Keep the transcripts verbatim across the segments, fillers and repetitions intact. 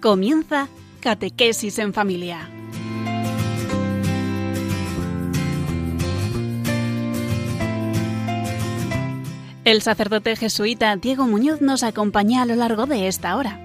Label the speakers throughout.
Speaker 1: Comienza Catequesis en Familia. El sacerdote jesuita Diego Muñoz nos acompaña a lo largo de esta hora.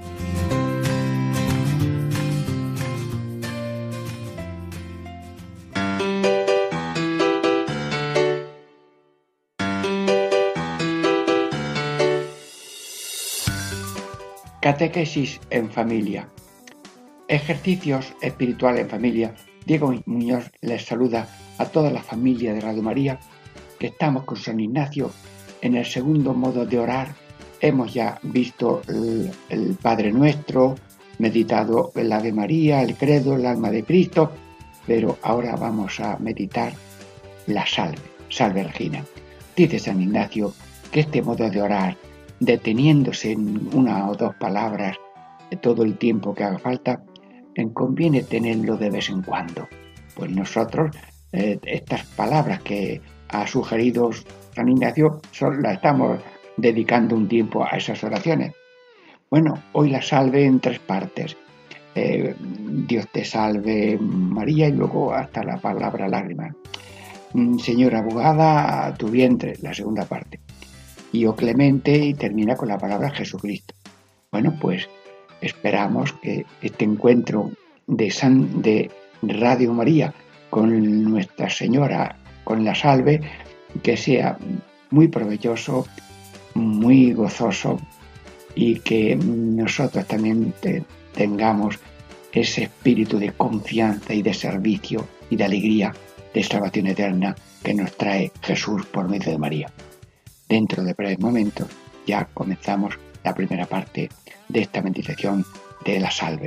Speaker 2: Catequesis en familia. Ejercicios espirituales en familia. Diego Muñoz les saluda a toda la familia de Radio María, que estamos con San Ignacio en el segundo modo de orar. Hemos ya visto el, el Padre Nuestro, meditado el Ave María, el Credo, el Alma de Cristo, pero ahora vamos a meditar la Salve, Salve Regina. Dice San Ignacio que este modo de orar, deteniéndose en una o dos palabras todo el tiempo que haga falta, conviene tenerlo de vez en cuando. Pues nosotros eh, estas palabras que ha sugerido San Ignacio son, las estamos dedicando un tiempo a esas oraciones. Bueno, hoy la salve en tres partes. Eh, Dios te salve María, y luego hasta la palabra lágrimas. Señora abogada, a tu vientre, la segunda parte. Y o clemente, y termina con la palabra Jesucristo. Bueno, pues esperamos que este encuentro de, San, de Radio María con Nuestra Señora, con la salve, que sea muy provechoso, muy gozoso, y que nosotros también te, tengamos ese espíritu de confianza y de servicio y de alegría de salvación eterna que nos trae Jesús por medio de María. Dentro de breves momentos ya comenzamos la primera parte de esta meditación de la salve.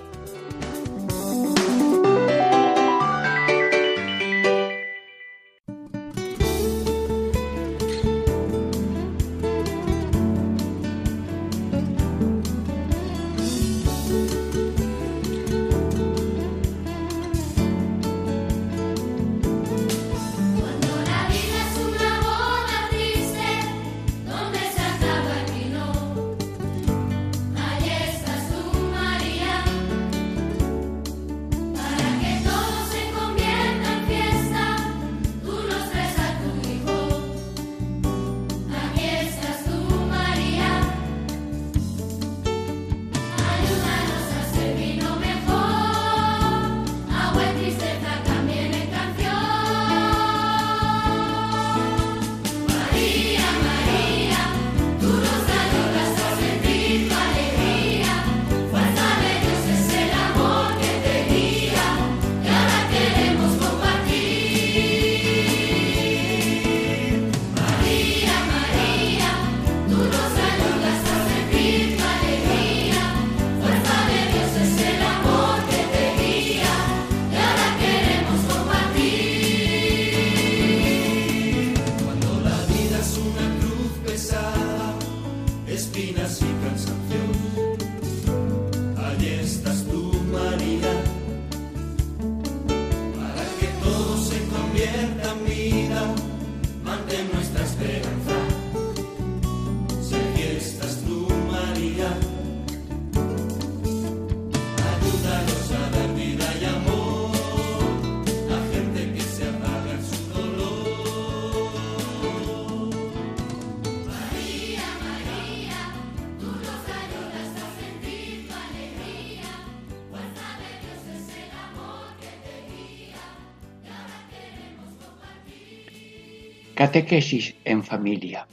Speaker 2: Catequesis en familia.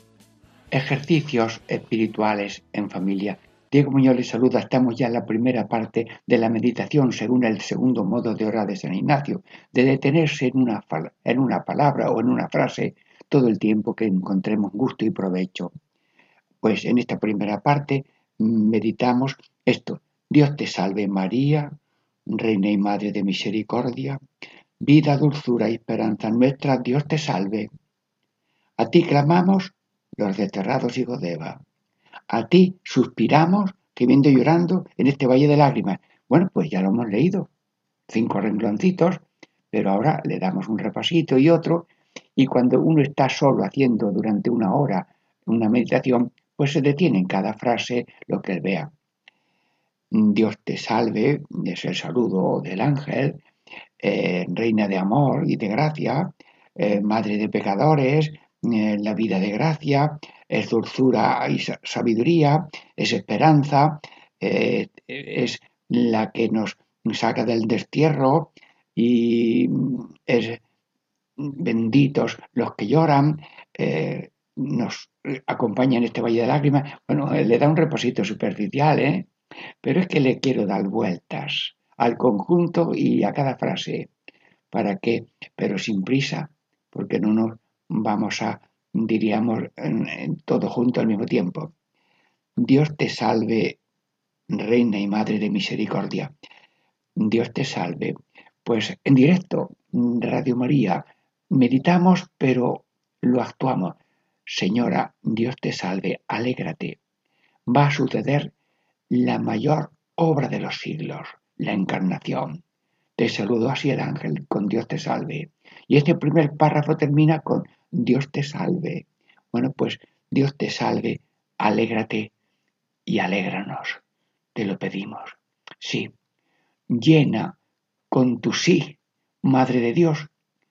Speaker 2: Ejercicios espirituales en familia. Diego Muñoz les saluda. Estamos ya en la primera parte de la meditación según el segundo modo de orar de San Ignacio, de detenerse en una, en una palabra o en una frase todo el tiempo que encontremos gusto y provecho. Pues en esta primera parte meditamos esto. Dios te salve María, Reina y Madre de Misericordia, vida, dulzura y esperanza nuestra, Dios te salve. A ti clamamos los desterrados hijos de Eva. A ti suspiramos, gimiendo y llorando en este valle de lágrimas. Bueno, pues ya lo hemos leído. Cinco rengloncitos, pero ahora le damos un repasito y otro. Y cuando uno está solo haciendo durante una hora una meditación, pues se detiene en cada frase lo que él vea. Dios te salve, es el saludo del ángel, eh, reina de amor y de gracia, eh, madre de pecadores, eh, la vida de gracia, es dulzura y sabiduría, es esperanza, eh, es la que nos saca del destierro y es benditos los que lloran, eh, nos acompaña en este valle de lágrimas. Bueno, le da un reposito superficial, ¿eh? Pero es que le quiero dar vueltas al conjunto y a cada frase. ¿Para qué? Pero sin prisa, porque no nos vamos a, diríamos, en, en todo junto al mismo tiempo. Dios te salve, Reina y Madre de Misericordia. Dios te salve. Pues en directo, Radio María, meditamos, pero lo actuamos. Señora, Dios te salve, alégrate. Va a suceder la mayor obra de los siglos, la encarnación. Te saludó así el ángel con Dios te salve. Y este primer párrafo termina con Dios te salve. Bueno, pues Dios te salve, alégrate y alégranos. Te lo pedimos. Sí, llena con tu sí, Madre de Dios,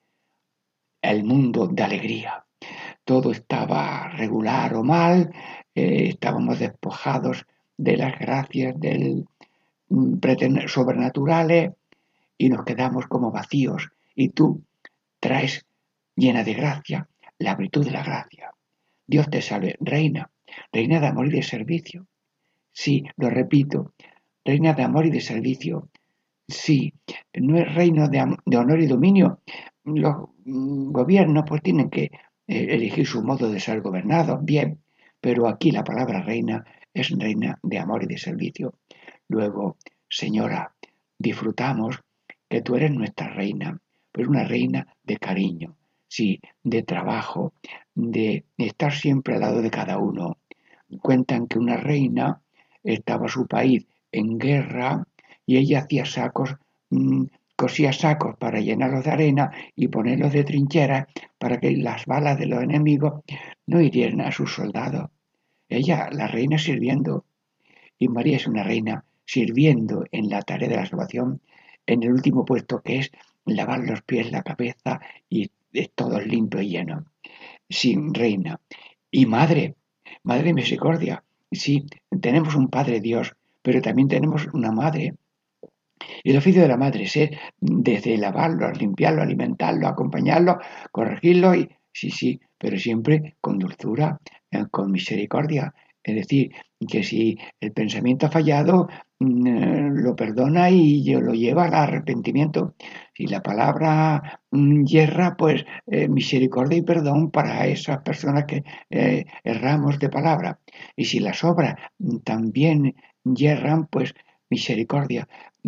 Speaker 2: el mundo de alegría. Todo estaba regular o mal, eh, estábamos despojados de las gracias del mm, sobrenaturales y nos quedamos como vacíos. Y tú traes llena de gracia la virtud de la gracia. Dios te salve, reina, reina de amor y de servicio. Sí, lo repito, reina de amor y de servicio. Sí, no es reino de, de honor y dominio. Los mm, gobiernos pues tienen que eh, elegir su modo de ser gobernados, bien, pero aquí la palabra reina es reina de amor y de servicio. Luego, señora, disfrutamos que tú eres nuestra reina, pero una reina de cariño, sí, de trabajo, de estar siempre al lado de cada uno. Cuentan que una reina estaba su país en guerra y ella hacía sacos, mmm, cosía sacos para llenarlos de arena y ponerlos de trincheras para que las balas de los enemigos no hirieran a sus soldados. Ella, la reina sirviendo, y María es una reina sirviendo en la tarea de la salvación, en el último puesto que es lavar los pies, la cabeza y es todo limpio y lleno. Sin reina. Y madre, madre de misericordia. Sí, tenemos un Padre Dios, pero también tenemos una madre. Y el oficio de la madre es ser desde lavarlo, limpiarlo, alimentarlo, acompañarlo, corregirlo y sí, sí, pero siempre con dulzura, eh, con misericordia. Es decir, que si el pensamiento ha fallado, mm, lo perdona y lo lleva al arrepentimiento. Si la palabra mm, yerra, pues eh, misericordia y perdón para esas personas que eh, erramos de palabra. Y si las obras mm, también yerran, pues misericordia.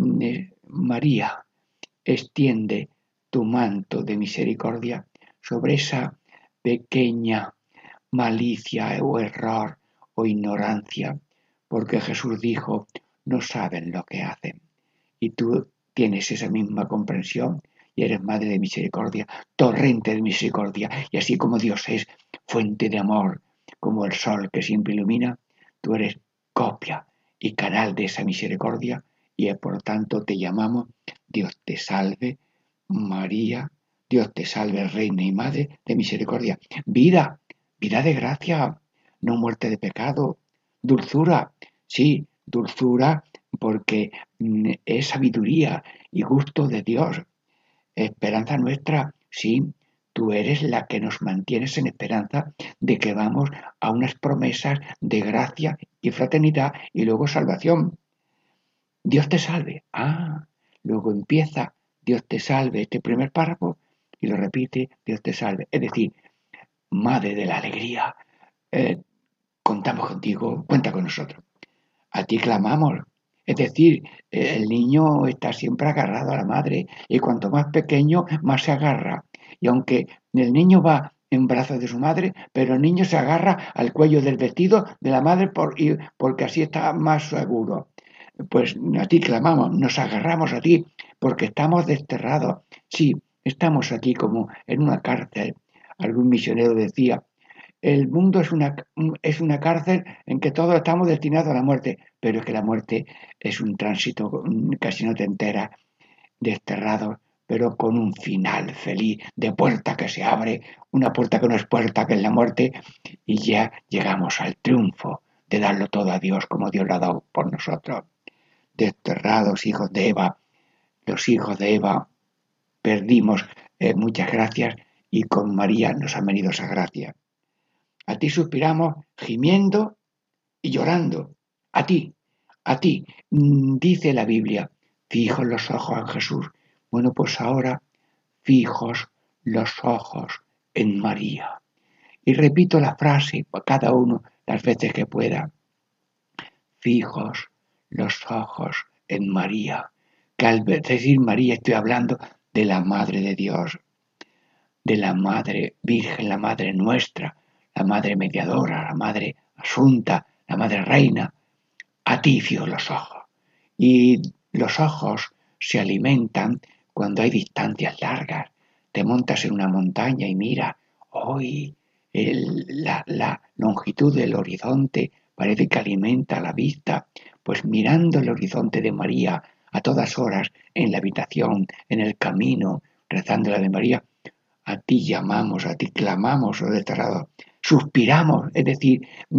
Speaker 2: María, extiende tu manto de misericordia sobre esa pequeña malicia o error o ignorancia, porque Jesús dijo, no saben lo que hacen. Y tú tienes esa misma comprensión y eres madre de misericordia, torrente de misericordia, y así como Dios es fuente de amor, como el sol que siempre ilumina, tú eres copia y canal de esa misericordia y por lo tanto te llamamos Dios te salve, María, Dios te salve, Reina y Madre de misericordia. Vida, vida de gracia, no muerte de pecado, dulzura, sí, dulzura porque mm, es sabiduría y gusto de Dios. Esperanza nuestra, sí, tú eres la que nos mantienes en esperanza de que vamos a unas promesas de gracia y fraternidad y luego salvación. Dios te salve. Ah, luego empieza Dios te salve este primer párrafo y lo repite Dios te salve. Es decir, Madre de la alegría, eh, contamos contigo, cuenta con nosotros. A ti clamamos. Es decir, eh, el niño está siempre agarrado a la madre y cuanto más pequeño, más se agarra. Y aunque el niño va en brazos de su madre, pero el niño se agarra al cuello del vestido de la madre por, y, porque así está más seguro. Pues a ti clamamos, nos agarramos a ti porque estamos desterrados. Sí, estamos aquí como en una cárcel. Algún misionero decía, el mundo es una, es una cárcel en que todos estamos destinados a la muerte, pero es que la muerte es un tránsito, casi no te enteras, desterrados, pero con un final feliz, de puerta que se abre, una puerta que no es puerta, que es la muerte, y ya llegamos al triunfo de darlo todo a Dios como Dios lo ha dado por nosotros. Desterrados, hijos de Eva, los hijos de Eva perdimos eh, muchas gracias y con María nos han venido esas gracias. A ti suspiramos gimiendo y llorando. A ti, a ti, dice la Biblia, fijos los ojos en Jesús. Bueno, pues ahora fijos los ojos en María. Y repito la frase cada uno las veces que pueda. Fijos los ojos en María. Que al decir María estoy hablando de la Madre de Dios, de la Madre Virgen, la Madre nuestra, la Madre mediadora, la Madre asunta, la Madre reina. A ti fijo los ojos. Y los ojos se alimentan cuando hay distancias largas. Te montas en una montaña y mira, hoy el, la, la longitud del horizonte parece que alimenta la vista. Pues mirando el horizonte de María a todas horas, en la habitación, en el camino, rezando la de María, a ti llamamos, a ti clamamos, oh desterrado. Suspiramos, es decir,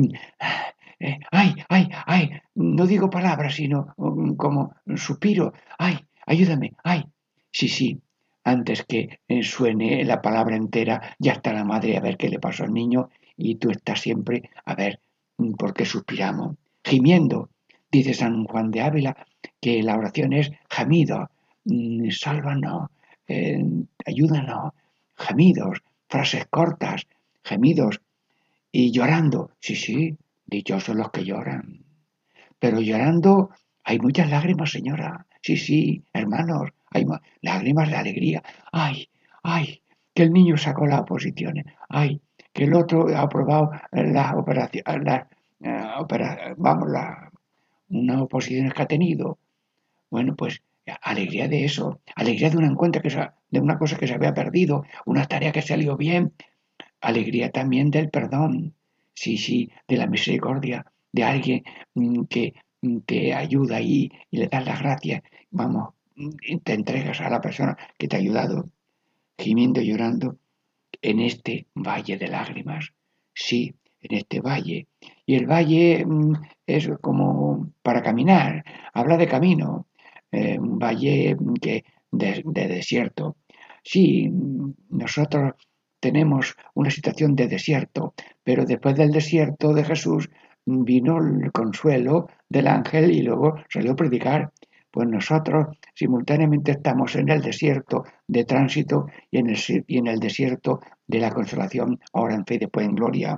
Speaker 2: eh, ay, ay, ay, no digo palabras, sino um, como suspiro, ay, ayúdame, ay. Sí, sí, antes que suene la palabra entera, ya está la madre a ver qué le pasó al niño y tú estás siempre a ver por qué suspiramos. Gimiendo, dice San Juan de Ávila, que la oración es gemido, sálvanos, eh, ayúdanos, gemidos, frases cortas, gemidos y llorando. Sí, sí, dichosos los que lloran. Pero llorando hay muchas lágrimas, señora. Sí, sí, hermanos, hay lágrimas de alegría. Ay, ay, que el niño sacó las oposiciones. Ay, que el otro ha aprobado las operaciones, las, uh, opera, vamos, las unas oposiciones que ha tenido. Bueno, pues alegría de eso, alegría de un encuentro que se, de una cosa que se había perdido, una tarea que salió bien, alegría también del perdón, sí, sí, de la misericordia, de alguien mm, que mm, te ayuda y, y le das las gracias, vamos, mm, te entregas a la persona que te ha ayudado, gimiendo y llorando en este valle de lágrimas, sí, en este valle. Y el valle mm, es como para caminar, habla de camino, eh, un valle que de, de desierto. Sí, nosotros tenemos una situación de desierto, pero después del desierto de Jesús vino el consuelo del ángel y luego salió a predicar. Pues nosotros simultáneamente estamos en el desierto de tránsito y en el, y en el desierto de la consolación, ahora en fe, después en gloria.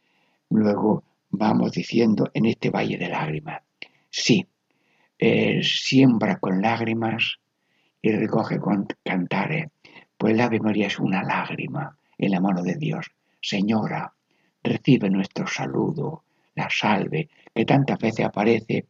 Speaker 2: Luego vamos diciendo en este valle de lágrimas. Sí, eh, siembra con lágrimas y recoge con cantares. Pues la Ave María es una lágrima en la mano de Dios. Señora, recibe nuestro saludo, la salve, que tantas veces aparece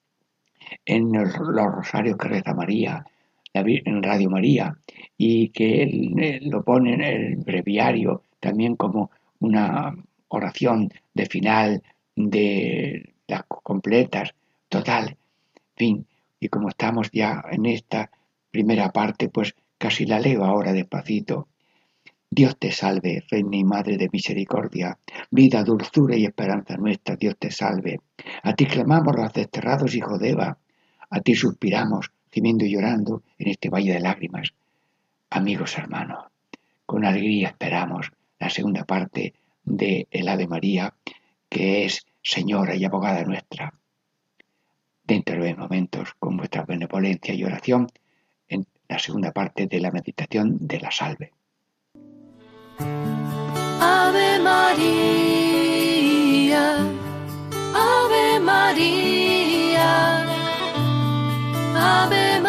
Speaker 2: en los rosarios que reza María, en Radio María, y que él lo pone en el breviario también como una oración de final de las completas, total, en fin, y como estamos ya en esta primera parte, pues casi la leo ahora despacito. Dios te salve, Reina y Madre de Misericordia, vida, dulzura y esperanza nuestra, Dios te salve. A ti clamamos los desterrados hijos de Eva, a ti suspiramos, gimiendo y llorando en este valle de lágrimas. Amigos hermanos, con alegría esperamos la segunda parte de el Ave María, que es Señora y Abogada nuestra. Dentro de momentos, con vuestra benevolencia y oración, en la segunda parte de la meditación de la salve.
Speaker 3: Ave María, Ave María, Ave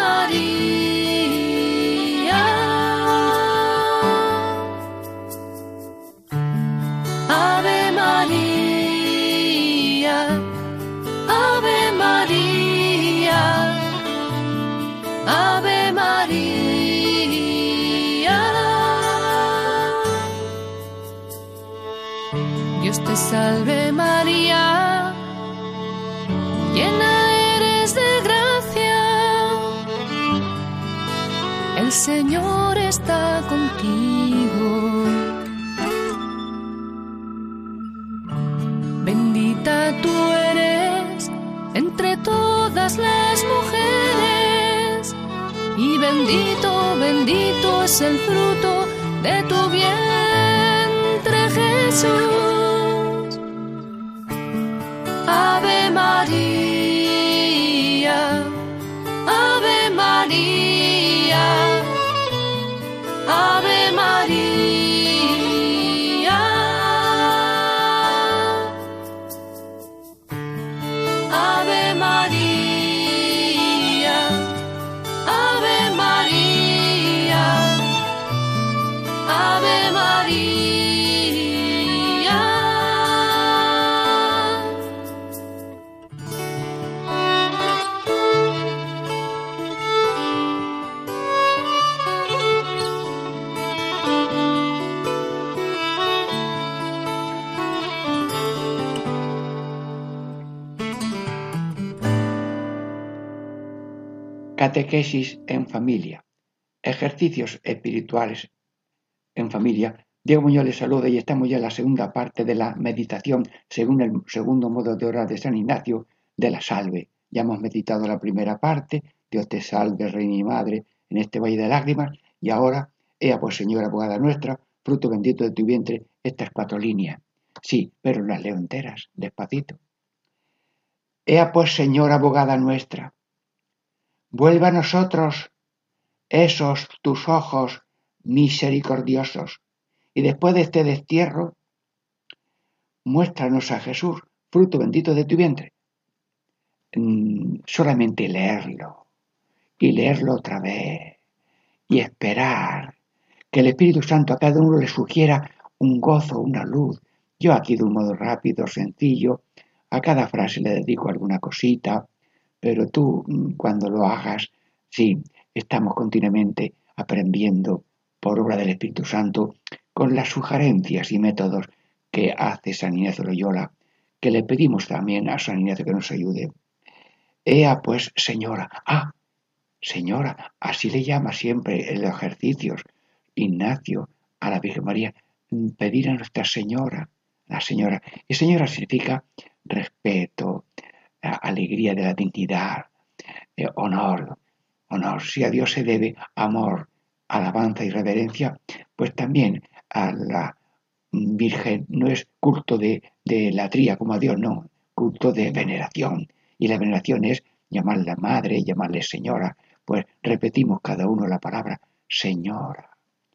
Speaker 3: María, Ave María, Ave María, Ave María. te salve María, llena eres de gracia, el Señor está contigo. Bendita tú eres entre todas las mujeres, y bendito, bendito es el fruto de tu vientre, Jesús. Ave María, Ave María, Ave María, Ave María, Ave María, Ave María.
Speaker 2: Catequesis en familia. Ejercicios espirituales en familia. Diego Muñoz les saluda y estamos ya en la segunda parte de la meditación según el segundo modo de orar de San Ignacio de la Salve. Ya hemos meditado la primera parte, Dios te salve, Reina y Madre, en este valle de lágrimas, y ahora, ea pues Señora abogada nuestra, fruto bendito de tu vientre, estas cuatro líneas. Sí, pero las leo enteras, despacito. Ea pues Señora abogada nuestra, vuelva a nosotros esos tus ojos misericordiosos, y después de este destierro, muéstranos a Jesús, fruto bendito de tu vientre. Mm, solamente leerlo, y leerlo otra vez, y esperar que el Espíritu Santo a cada uno le sugiera un gozo, una luz. Yo aquí de un modo rápido, sencillo, a cada frase le dedico alguna cosita, pero tú, cuando lo hagas, sí, estamos continuamente aprendiendo por obra del Espíritu Santo con las sugerencias y métodos que hace San Ignacio de Loyola, que le pedimos también a San Ignacio que nos ayude. Ea pues, Señora, ah, Señora, así le llama siempre en los ejercicios Ignacio a la Virgen María, pedir a Nuestra Señora, la Señora. Y Señora significa respeto, alegría de la dignidad, eh, honor, honor. Si a Dios se debe amor, alabanza y reverencia, pues también a la Virgen no es culto de, de latría como a Dios, no, culto de veneración. Y la veneración es llamarla madre, llamarle señora. Pues repetimos cada uno la palabra señora,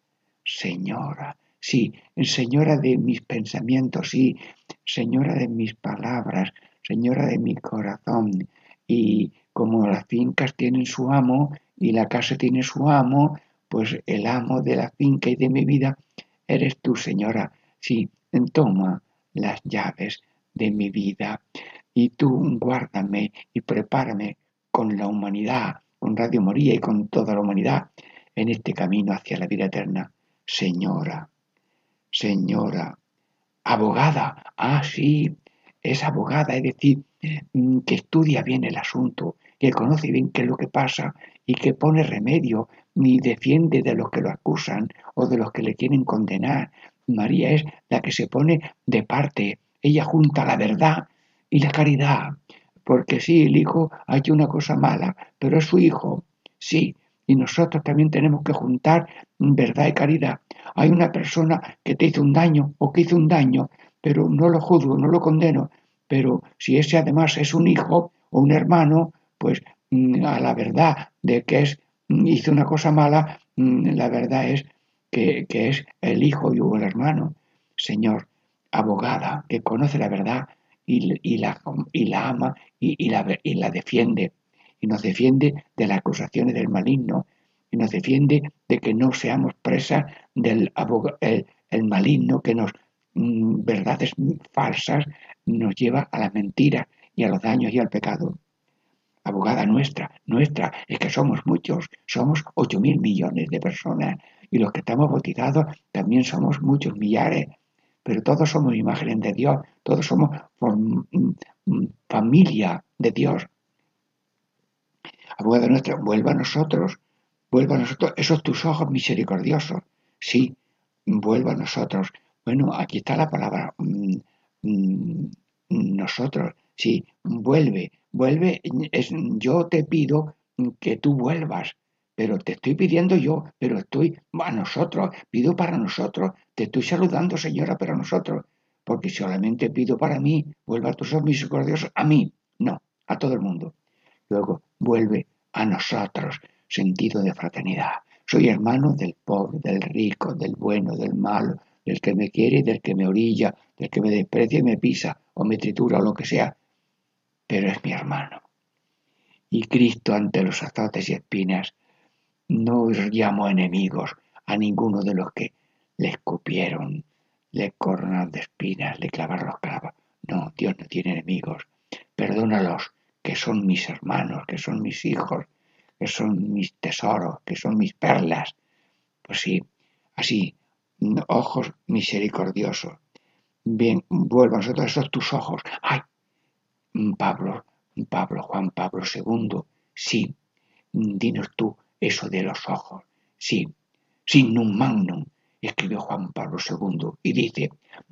Speaker 2: señora. Sí, señora de mis pensamientos, sí, señora de mis palabras, señora de mi corazón. Y como las fincas tienen su amo y la casa tiene su amo, pues el amo de la finca y de mi vida eres tú, Señora. Sí, toma las llaves de mi vida y tú guárdame y prepárame con la humanidad, con Radio María y con toda la humanidad en este camino hacia la vida eterna. Señora, Señora, abogada, ah sí, es abogada, es decir, que estudia bien el asunto, que conoce bien qué es lo que pasa y que pone remedio, ni defiende de los que lo acusan o de los que le quieren condenar. María es la que se pone de parte, ella junta la verdad y la caridad, porque sí, el hijo ha hecho una cosa mala, pero es su hijo, sí, y nosotros también tenemos que juntar verdad y caridad. Hay una persona que te hizo un daño o que hizo un daño, pero no lo juzgo, no lo condeno, pero si ese además es un hijo o un hermano, pues a la verdad de que es, hizo una cosa mala, la verdad es que, que es el hijo y el hermano. Señor, abogada, que conoce la verdad y, y, la, y la ama y, y, la, y la defiende, y nos defiende de las acusaciones del maligno, y nos defiende de que no seamos presas del el, el maligno que nos, mmm, verdades falsas, nos lleva a las mentiras y a los daños y al pecado. Abogada nuestra, nuestra, es que somos muchos, somos ocho mil millones de personas, y los que estamos bautizados también somos muchos millares, pero todos somos imágenes de Dios, todos somos familia de Dios. Abogado nuestro, vuelva a nosotros, vuelva a nosotros esos tus ojos misericordiosos. Sí, vuelva a nosotros. Bueno, aquí está la palabra mm, mm, nosotros. Sí, vuelve, vuelve. Es, yo te pido que tú vuelvas, pero te estoy pidiendo yo, pero estoy a nosotros, pido para nosotros. Te estoy saludando, Señora, para nosotros, porque solamente pido para mí, vuelva a tus ojos misericordiosos, a mí, no, a todo el mundo. Luego, vuelve a nosotros, sentido de fraternidad. Soy hermano del pobre, del rico, del bueno, del malo, del que me quiere y del que me orilla, del que me desprecia y me pisa, o me tritura, o lo que sea, pero es mi hermano. Y Cristo, ante los azotes y espinas, no os llamó enemigos a ninguno de los que le escupieron, le coronaron de espinas, le clavaron los clavos. No, Dios no tiene enemigos. Perdónalos, que son mis hermanos, que son mis hijos, que son mis tesoros, que son mis perlas. Pues sí, así, ojos misericordiosos. Bien, vuelvan a nosotros esos tus ojos. ¡Ay! Pablo, Pablo, Juan Pablo segundo, sí, dinos tú eso de los ojos. Sí, signum magnum, escribió Juan Pablo segundo, y dice,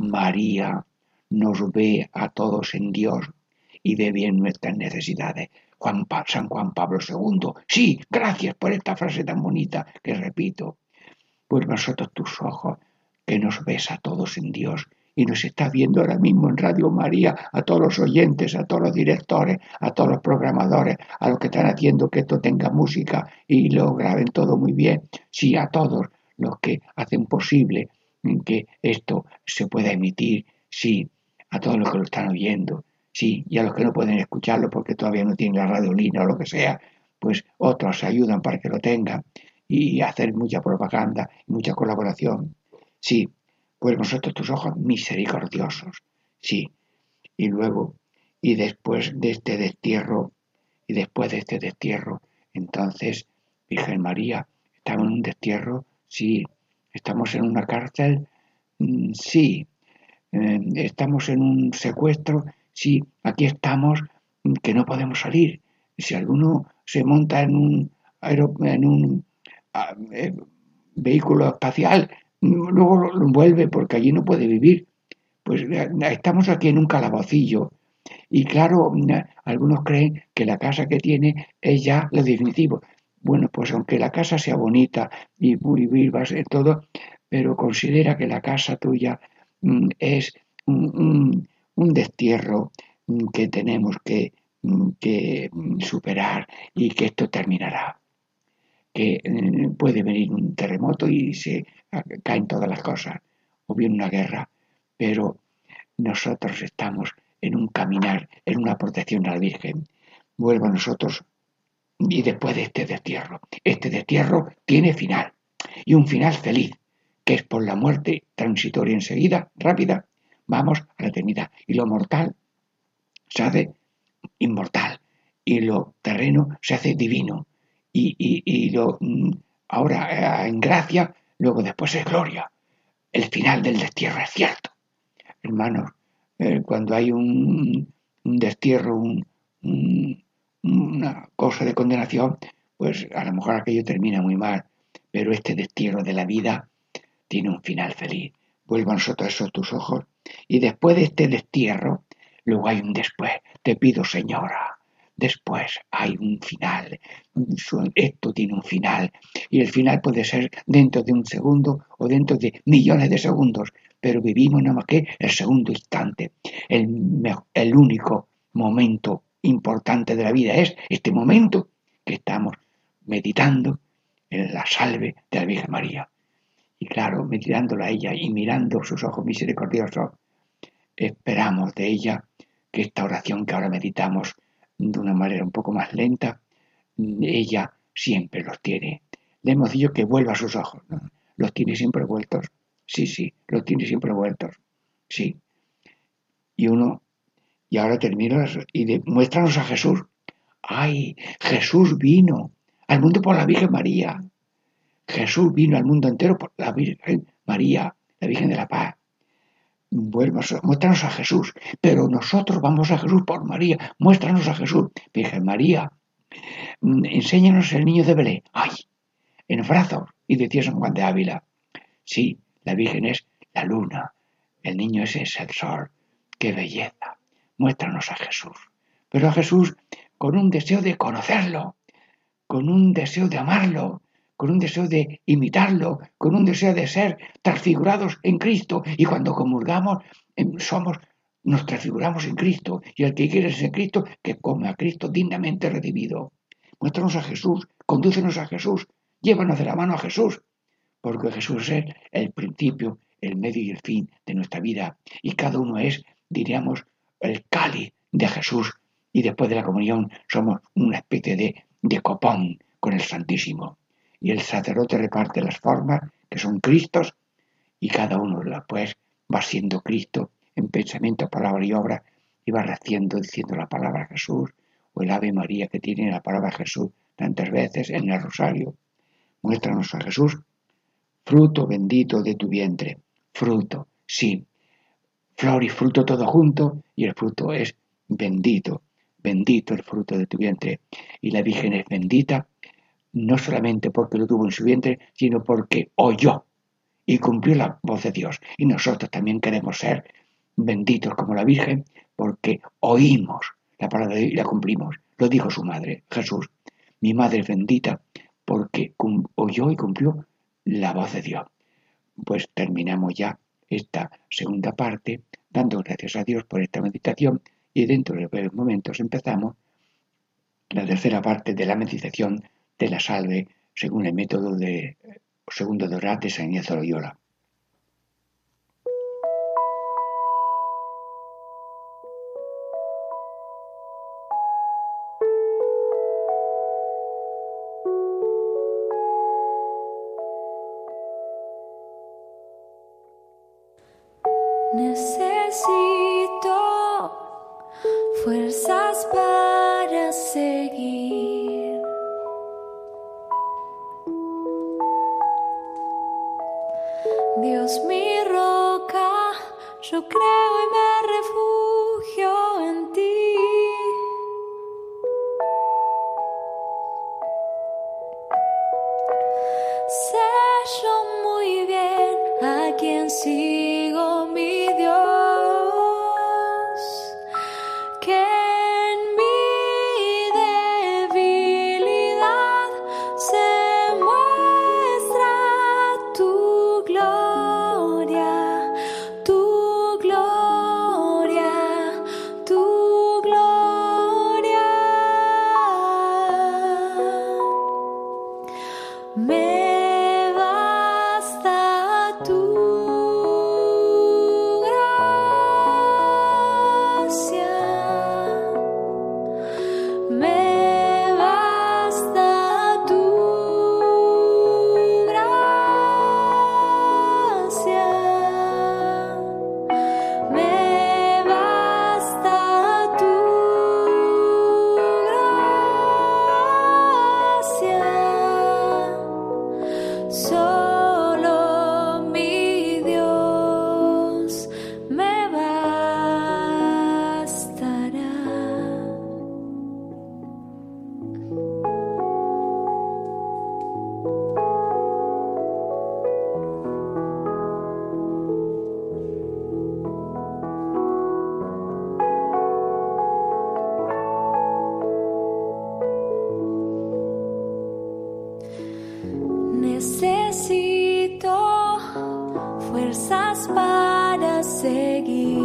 Speaker 2: María nos ve a todos en Dios y ve bien nuestras necesidades. Juan pa- San Juan Pablo segundo, sí, gracias por esta frase tan bonita que repito. Pues nosotros tus ojos, que nos ves a todos en Dios y nos está viendo ahora mismo en Radio María, a todos los oyentes, a todos los directores, a todos los programadores, a los que están haciendo que esto tenga música y lo graben todo muy bien. Sí, a todos los que hacen posible que esto se pueda emitir. Sí, a todos los que lo están oyendo. Sí, y a los que no pueden escucharlo porque todavía no tienen la radiolina o lo que sea, pues otros ayudan para que lo tengan y hacer mucha propaganda y mucha colaboración. Sí, pues nosotros tus ojos misericordiosos. Sí, y luego, y después de este destierro, y después de este destierro, entonces, Virgen María, ¿estamos en un destierro? Sí. ¿Estamos en una cárcel? Mm, sí. Eh, ¿Estamos en un secuestro? Sí. Aquí estamos, mm, que no podemos salir. Si alguno se monta en un, aero, en un a, eh, vehículo espacial, mm, luego lo, lo vuelve porque allí no puede vivir. Pues eh, estamos aquí en un calabocillo. Y claro, algunos creen que la casa que tiene es ya lo definitivo. Bueno, pues aunque la casa sea bonita y muy viva y todo, pero considera que la casa tuya mm, es un, un, un destierro mm, que tenemos que, mm, que superar y que esto terminará. Que eh, puede venir un terremoto y se caen todas las cosas, o viene una guerra, pero nosotros estamos en un caminar, en una protección a la Virgen. Vuelva a nosotros y después de este destierro. Este destierro tiene final, y un final feliz, que es por la muerte transitoria enseguida, rápida, vamos a la eternidad. Y lo mortal se hace inmortal, y lo terreno se hace divino, y, y, y lo ahora en gracia, luego después es gloria. El final del destierro es cierto. Hermanos, eh, cuando hay un, un destierro, un, un, una cosa de condenación, pues a lo mejor aquello termina muy mal, pero este destierro de la vida tiene un final feliz. Vuelvo a nosotros esos tus ojos, y después de este destierro, luego hay un después. Te pido, Señora, después hay un final. Esto tiene un final, y el final puede ser dentro de un segundo o dentro de millones de segundos, pero vivimos nada más que el segundo instante. El, el único momento importante de la vida es este momento que estamos meditando en la salve de la Virgen María. Y claro, meditándola a ella y mirando sus ojos misericordiosos, esperamos de ella que esta oración que ahora meditamos de una manera un poco más lenta, ella siempre los tiene. Le hemos dicho que vuelva a sus ojos, ¿no? Los tiene siempre vueltos. Sí, sí, los tiene siempre vueltos. Sí. Y uno, y ahora termino y de, muéstranos a Jesús. ¡Ay! Jesús vino al mundo por la Virgen María. Jesús vino al mundo entero por la Virgen María, la Virgen de la Paz. vuelvas, muéstranos a Jesús, pero nosotros vamos a Jesús por María, muéstranos a Jesús. Virgen María, enséñanos el niño de Belén. ¡Ay! En brazos, y decía San Juan de Ávila. Sí, la Virgen es la luna, el niño ese es el sol. ¡Qué belleza! Muéstranos a Jesús. Pero a Jesús con un deseo de conocerlo, con un deseo de amarlo, con un deseo de imitarlo, con un deseo de ser transfigurados en Cristo. Y cuando comulgamos, somos, nos transfiguramos en Cristo. Y el que quiere ser Cristo, que come a Cristo dignamente recibido. Muéstranos a Jesús, condúcenos a Jesús, llévanos de la mano a Jesús, porque Jesús es el principio, el medio y el fin de nuestra vida. Y cada uno es, diríamos, el cáliz de Jesús. Y después de la comunión somos una especie de, de copón con el Santísimo. Y el sacerdote reparte las formas, que son Cristos, y cada uno pues va siendo Cristo en pensamiento, palabra y obra, y va reciendo, diciendo la palabra Jesús, o el Ave María que tiene la palabra Jesús tantas veces en el rosario. Muéstranos a Jesús, fruto bendito de tu vientre. Fruto, sí, flor y fruto todo junto, y el fruto es bendito, bendito el fruto de tu vientre. Y la Virgen es bendita, no solamente porque lo tuvo en su vientre, sino porque oyó y cumplió la voz de Dios. Y nosotros también queremos ser benditos como la Virgen, porque oímos la palabra de Dios y la cumplimos. Lo dijo su madre, Jesús. Mi madre es bendita porque oyó y cumplió la voz de Dios. Pues terminamos ya esta segunda parte, dando gracias a Dios por esta meditación, y dentro de breves momentos empezamos la tercera parte de la meditación de la salve según el método de segundo de Orat de San Ignacio de Loyola.
Speaker 3: Necesito fuerzas para seguir. Dios mi roca, yo creo y me refugio en ti. Sé yo muy bien a quién sigo, mi Dios, que en mi debilidad se muestra tu gloria, tu gloria, tu gloria. Me basta tu Necesito fuerzas para seguir.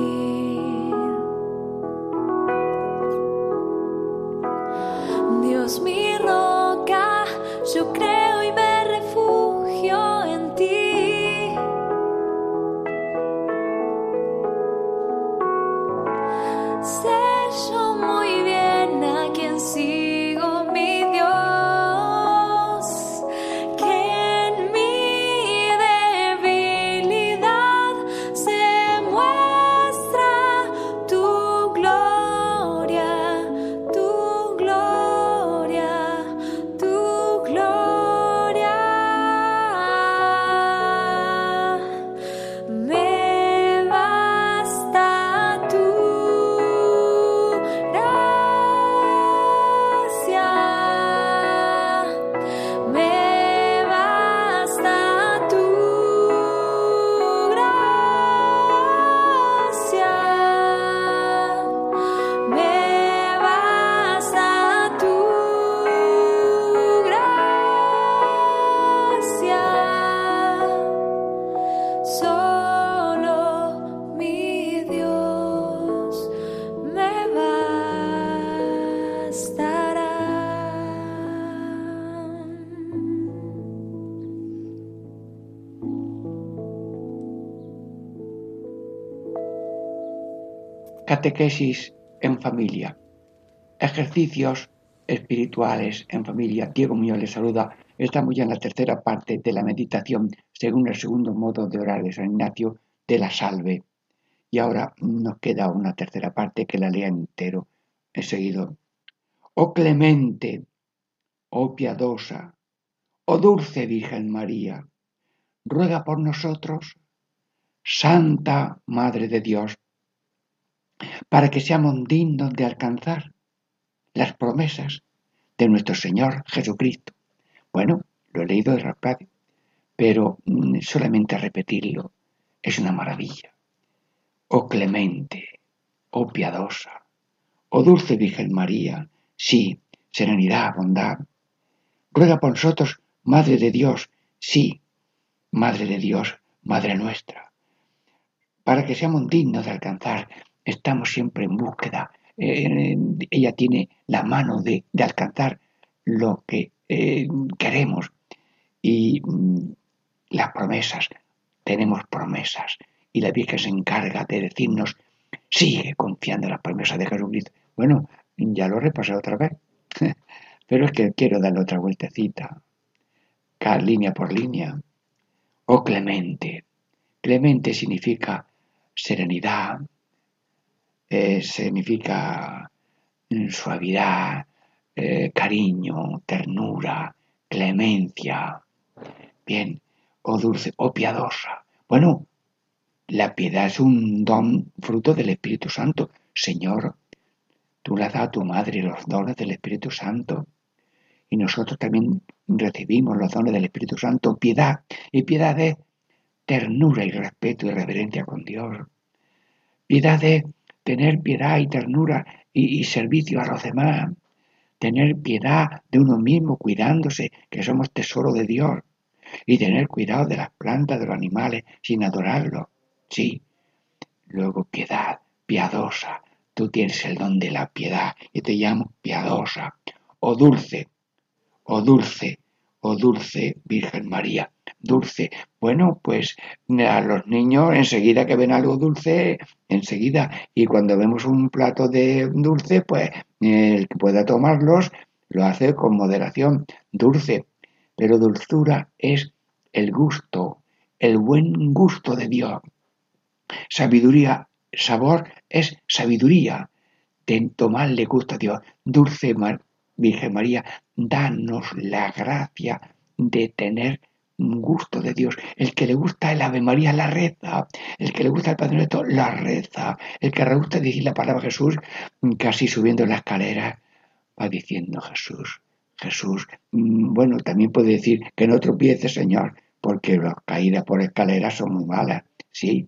Speaker 3: Dios mi roca, yo creo y me refugio en ti. Sé yo muy bien a quién sigo, mi Dios. Gloria,
Speaker 2: Catequesis en familia. Ejercicios espirituales en familia. Diego Muñoz les saluda. Estamos ya en la tercera parte de la meditación según el segundo modo de orar de San Ignacio de la Salve. Y ahora nos queda una tercera parte que la lea entero enseguida. Oh clemente, oh piadosa, oh dulce Virgen María, ruega por nosotros, Santa Madre de Dios, para que seamos dignos de alcanzar las promesas de nuestro Señor Jesucristo. Bueno, lo he leído de rápido, pero solamente repetirlo es una maravilla. Oh clemente, oh piadosa, oh dulce Virgen María, sí, serenidad, bondad, ruega por nosotros, Madre de Dios, sí, Madre de Dios, Madre nuestra, para que seamos dignos de alcanzar. Estamos siempre en búsqueda. Eh, ella tiene la mano de, de alcanzar lo que eh, queremos. Y mm, las promesas, tenemos promesas. Y la Virgen se encarga de decirnos, sigue confiando en las promesas de Jesucristo. Bueno, ya lo repasé otra vez, pero es que quiero darle otra vueltecita, cada línea por línea. Oh clemente. Clemente significa serenidad, eh, significa suavidad, eh, cariño, ternura, clemencia. Bien, oh dulce, oh piadosa. Bueno, la piedad es un don fruto del Espíritu Santo. Señor, tú le has dado a tu madre los dones del Espíritu Santo. Y nosotros también recibimos los dones del Espíritu Santo. Piedad. Y piedad es ternura y respeto y reverencia con Dios. Piedad es tener piedad y ternura y, y servicio a los demás. Tener piedad de uno mismo, cuidándose, que somos tesoro de Dios. Y tener cuidado de las plantas, de los animales, sin adorarlos. Sí. Luego piedad, piadosa. Tú tienes el don de la piedad y te llamo piadosa. O dulce, o dulce, o dulce Virgen María. Dulce. Bueno, pues a los niños enseguida que ven algo dulce, enseguida. Y cuando vemos un plato de dulce, pues el que pueda tomarlos lo hace con moderación. Dulce. Pero dulzura es el gusto, el buen gusto de Dios. Sabiduría, sabor es sabiduría. De tomarle gusto a Dios. Dulce Mar- Virgen María, danos la gracia de tener gusto de Dios. El que le gusta el Ave María la reza, el que le gusta el Padre Nuestro la reza, el que le gusta decir la palabra Jesús, casi subiendo la escalera, va diciendo Jesús, Jesús. Bueno, también puede decir que no tropiece, Señor, porque las caídas por escaleras son muy malas. Sí,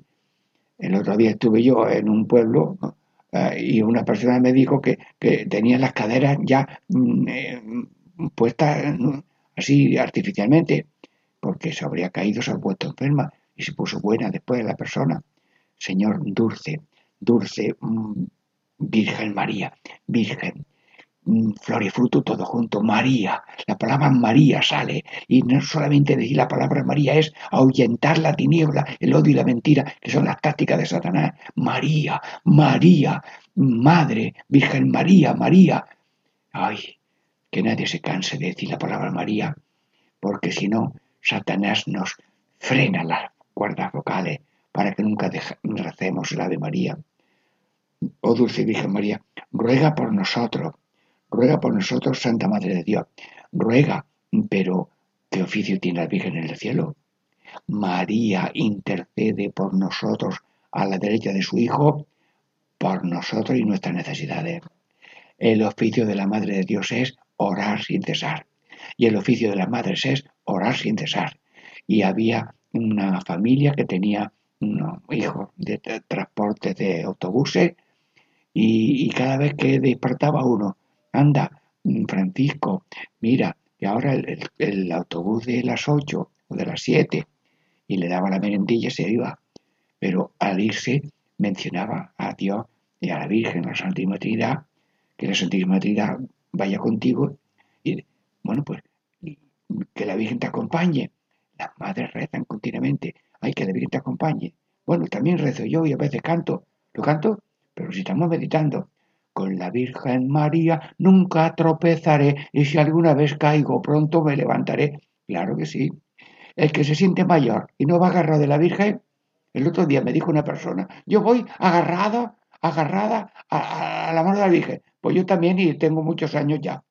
Speaker 2: el otro día estuve yo en un pueblo uh, y una persona me dijo que, que tenía las caderas ya mm, eh, puestas mm, así artificialmente, porque se habría caído, se ha puesto enferma y se puso buena después de la persona. Señor, dulce, dulce mmm, Virgen María, Virgen, mmm, flor y fruto todo junto, María, la palabra María sale, y no solamente decir la palabra María, es ahuyentar la tiniebla, el odio y la mentira, que son las tácticas de Satanás. María, María, Madre, Virgen María, María. Ay, que nadie se canse de decir la palabra María, porque si no, Satanás nos frena las cuerdas vocales para que nunca recemos el Ave María. Oh dulce Virgen María, ruega por nosotros, ruega por nosotros, Santa Madre de Dios, ruega, pero ¿qué oficio tiene la Virgen en el cielo? María intercede por nosotros a la derecha de su Hijo, por nosotros y nuestras necesidades. El oficio de la Madre de Dios es orar sin cesar. Y el oficio de las madres es orar sin cesar. Y había una familia que tenía unos hijos de t- transporte de autobuses y, y cada vez que despertaba uno, anda, Francisco, mira, que ahora el, el, el autobús de las ocho o de las siete, y le daba la merendilla y se iba. Pero al irse mencionaba a Dios y a la Virgen, a la Santísima Trinidad, que la Santísima Trinidad vaya contigo. Y bueno, pues que la Virgen te acompañe. Las madres rezan continuamente. Ay, que la Virgen te acompañe. Bueno, también rezo yo y a veces canto. ¿Lo canto? Pero si estamos meditando, con la Virgen María nunca tropezaré, y si alguna vez caigo, pronto me levantaré. Claro que sí. El que se siente mayor y no va agarrado de la Virgen, el otro día me dijo una persona, yo voy agarrado, agarrada a, a la mano de la Virgen. Pues yo también y tengo muchos años ya.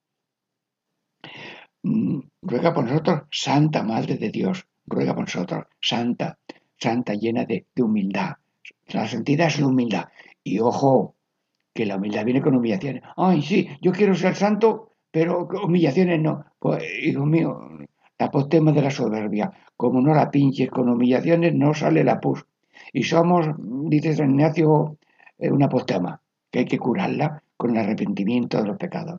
Speaker 2: Mm, ruega por nosotros, Santa Madre de Dios, ruega por nosotros, Santa, Santa llena de, de humildad. La santidad es la humildad. Y ojo, que la humildad viene con humillaciones. Ay, sí, yo quiero ser santo, pero humillaciones no. Pues, hijo mío, la apostema de la soberbia. Como no la pinches con humillaciones, no sale la pus. Y somos, dice San Ignacio, eh, una apostema, que hay que curarla con el arrepentimiento de los pecados.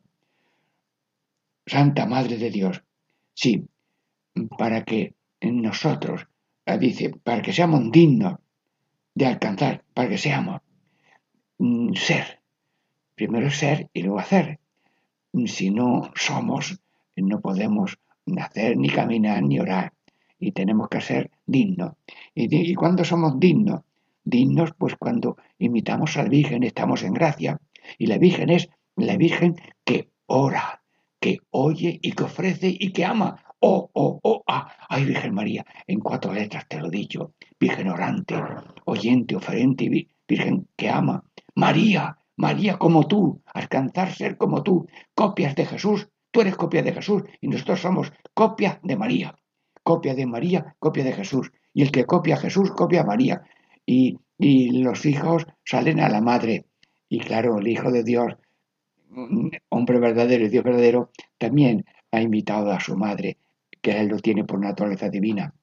Speaker 2: Santa Madre de Dios, sí, para que nosotros, dice, para que seamos dignos de alcanzar, para que seamos mm, ser. Primero ser y luego hacer. Si no somos, no podemos nacer, ni caminar, ni orar. Y tenemos que ser dignos. ¿Y, y cuándo somos dignos? Dignos, pues cuando imitamos a la Virgen, estamos en gracia. Y la Virgen es la Virgen que ora, que oye y que ofrece y que ama. Oh, oh, oh, ah, ay, Virgen María, en cuatro letras te lo he dicho. Virgen orante, oyente, oferente, Virgen que ama. María, María como tú, alcanzar ser como tú, copias de Jesús, tú eres copia de Jesús y nosotros somos copia de María, copia de María, copia de Jesús. Y el que copia a Jesús, copia a María. Y, y los hijos salen a la madre. Y claro, el Hijo de Dios, hombre verdadero y Dios verdadero, también ha invitado a su madre, que él lo tiene por naturaleza divina.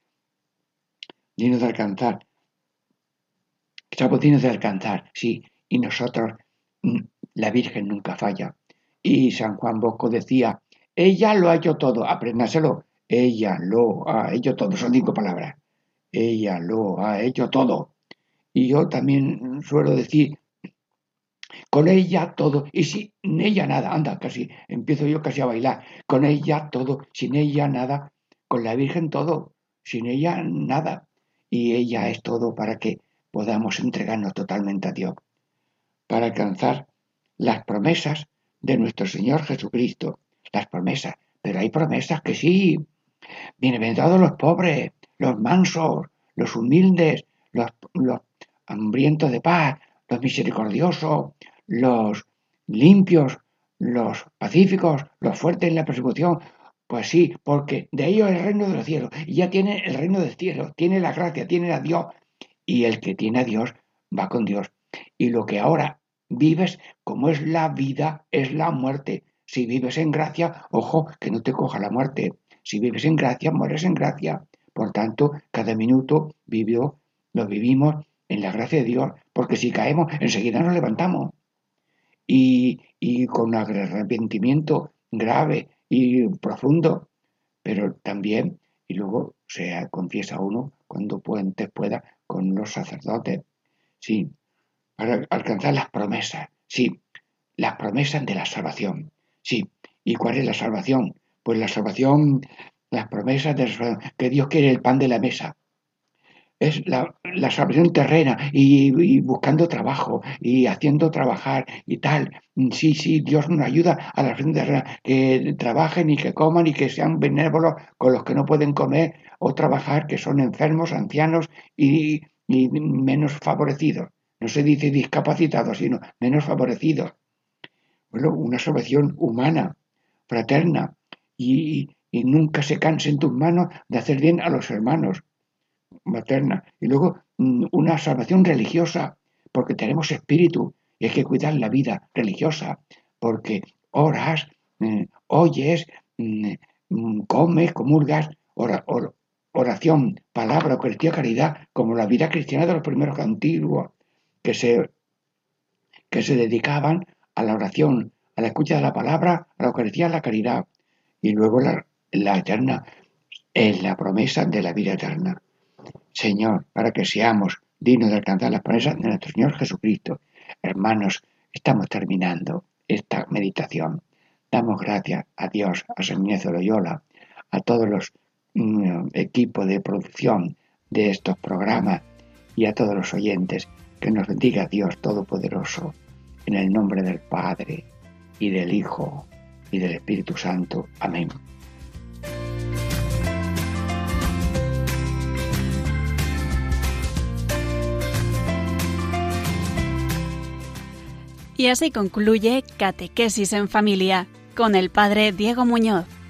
Speaker 2: Digno de alcanzar. Estamos dignos de alcanzar, sí. Y nosotros, la Virgen nunca falla. Y San Juan Bosco decía, ella lo ha hecho todo, apréndaselo, ella lo ha hecho todo, son cinco palabras, ella lo ha hecho todo. Y yo también suelo decir, con ella todo, y sin ella nada, anda, casi, empiezo yo casi a bailar, con ella todo, sin ella nada, con la Virgen todo, sin ella nada. Y ella es todo para que podamos entregarnos totalmente a Dios, para alcanzar las promesas de nuestro Señor Jesucristo, las promesas, pero hay promesas que sí, bienaventurados los pobres, los mansos, los humildes, los, los hambrientos de paz, los misericordiosos, los limpios, los pacíficos, los fuertes en la persecución. Pues sí, porque de ellos es el reino de los cielos, y ya tiene el reino del cielo, tiene la gracia, tiene a Dios, y el que tiene a Dios va con Dios. Y lo que ahora vives, como es la vida, es la muerte. Si vives en gracia, ojo, que no te coja la muerte. Si vives en gracia, mueres en gracia. Por tanto, cada minuto vivió, lo vivimos en la gracia de Dios, porque si caemos, enseguida nos levantamos. Y, y con arrepentimiento grave y profundo, pero también, y luego se confiesa uno cuando puente pueda con los sacerdotes. Sí, para alcanzar las promesas, sí, las promesas de la salvación, sí. ¿Y cuál es la salvación? Pues la salvación, las promesas de la salvación, que Dios quiere el pan de la mesa. Es la, la salvación terrena y, y buscando trabajo y haciendo trabajar y tal. Sí, sí, Dios nos ayuda a la salvación terrena, que trabajen y que coman y que sean benévolos con los que no pueden comer o trabajar, que son enfermos, ancianos y, y menos favorecidos. No se dice discapacitados, sino menos favorecidos. Bueno, una salvación humana, fraterna, y, y nunca se canse en tus manos de hacer bien a los hermanos, materna. Y luego una salvación religiosa, porque tenemos espíritu y hay que cuidar la vida religiosa, porque oras, eh, oyes, eh, comes, comulgas, ora, or, oración, palabra, Eucaristía, caridad, como la vida cristiana de los primeros antiguos, que se, que se dedicaban a la oración, a la escucha de la palabra, a la Eucaristía, a la caridad. Y luego la, la eterna, es la promesa de la vida eterna. Señor, para que seamos dignos de alcanzar las promesas de nuestro Señor Jesucristo. Hermanos, estamos terminando esta meditación. Damos gracias a Dios, a San Ignacio de Loyola, a todos los mm, equipos de producción de estos programas y a todos los oyentes Que nos bendiga Dios Todopoderoso, en el nombre del Padre, y del Hijo, y del Espíritu Santo. Amén.
Speaker 1: Y así concluye Catequesis en Familia con el Padre Diego Muñoz.